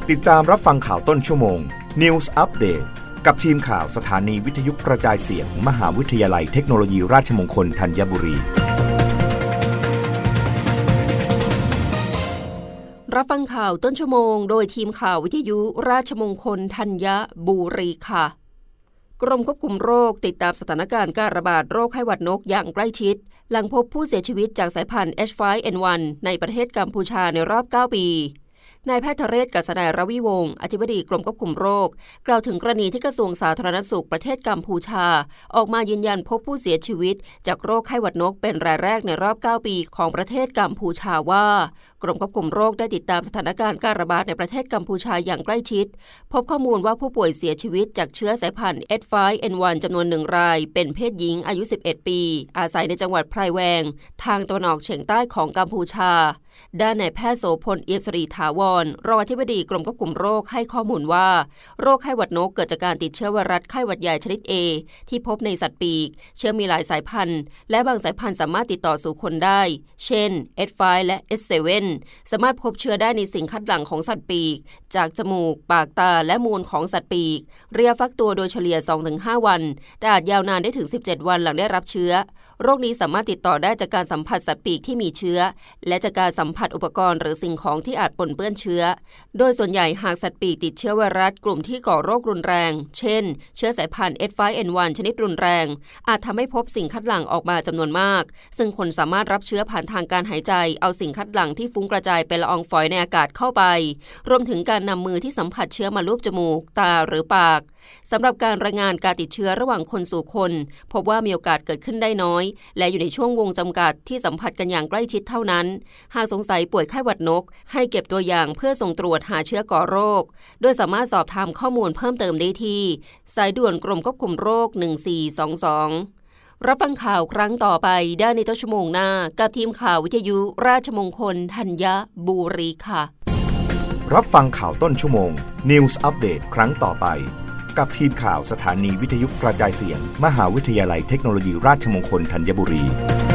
ติดตามรับฟังข่าวต้นชั่วโมง News Update กับทีมข่าวสถานีวิทยุกระจายเสียง มหาวิทยาลัยเทคโนโลยีราชมงคลธัญบุรีรับฟังข่าวต้นชั่วโมงโดยทีมข่าววิทยุราชมงคลธัญบุรีค่ะกรมควบคุมโรคติดตามสถานการณ์การระบาดโรคไข้หวัดนกอย่างใกล้ชิดหลังพบผู้เสียชีวิตจากสายพันธุ์ H5N1 ในประเทศกัมพูชาในรอบ 9 ปีนายแพทย์ธเรศ กัสนายรวิวงศ์อธิบดีกรมควบคุมโรคกล่าวถึงกรณีที่กระทรวงสาธารณสุขประเทศกัมพูชาออกมายืนยันพบผู้เสียชีวิตจากโรคไข้หวัดนกเป็นรายแรกในรอบ 9 ปีของประเทศกัมพูชาว่ากรมควบคุมโรคได้ติดตามสถานการณ์การระบาดในประเทศกัมพูชาอย่างใกล้ชิดพบข้อมูลว่าผู้ป่วยเสียชีวิตจากเชื้อสายพันธุ์ H5N1 จำนวน1รายเป็นเพศหญิงอายุ11ปีอาศัยในจังหวัดไพรแวงทางตะวันออกเฉียงใต้ของกัมพูชาด้านนายแพทย์โสพล เอี่ยมสิริถาวรรองอธิบดีกรมควบคุมโรคให้ข้อมูลว่าโรคไข้หวัดนกเกิดจากการติดเชื้อไวรัสไข้หวัดใหญ่ชนิด A ที่พบในสัตว์ปีกเชื้อมีหลายสายพันธุ์และบางสายพันธุ์สามารถติดต่อสู่คนได้เช่น H5 และ H7 สามารถพบเชื้อได้ในสิ่งคัดหลั่งของสัตว์ปีกจากจมูกปากตาและมูลของสัตว์ปีกระยะฟักตัวโดยเฉลี่ย 2-5 วันแต่อาจยาวนานได้ถึง17วันหลังได้รับเชื้อโรคนี้สามารถติดต่อได้จากการสัมผัสสัตว์ปีกที่มีเชื้อและจากการสัมผัสอุปกรณ์หรือสิ่งของที่อาจปนเปื้อนเชื้อโดยส่วนใหญ่หากสัตว์ปีกติดเชื้อไวรัสกลุ่มที่ก่อโรครุนแรงเช่นเชื้อสายพันธุ์ H5N1 ชนิดรุนแรงอาจทำให้พบสิ่งคัดหลั่งออกมาจำนวนมากซึ่งคนสามารถรับเชื้อผ่านทางการหายใจเอาสิ่งคัดหลั่งที่ฟุ้งกระจายเป็นละอองฝอยในอากาศเข้าไปรวมถึงการนำมือที่สัมผัสเชื้อมาลูบจมูกตาหรือปากสำหรับการรายงานการติดเชื้อระหว่างคนสู่คนพบว่ามีโอกาสเกิดขึ้นได้น้อยและอยู่ในช่วงวงจำกัดที่สัมผัสกันอย่างใกล้ชิดเท่านั้นหากสงสัยป่วยไข้หวัดนกให้เก็บตัวอย่างเพื่อส่งตรวจหาเชื้อก่อโรคโดยสามารถสอบถามข้อมูลเพิ่มเติมได้ที่สายด่วนกรมควบคุมโรค1422รับฟังข่าวครั้งต่อไปได้ในต้นชั่วโมงหน้ากับทีมข่าววิทยุราชมงคลธัญบุรีค่ะรับฟังข่าวต้นชั่วโมง News Update ครั้งต่อไปกับทีมข่าวสถานีวิทยุกระจายเสียง มหาวิทยาลัยเทคโนโลยีราชมงคลธัญบุรี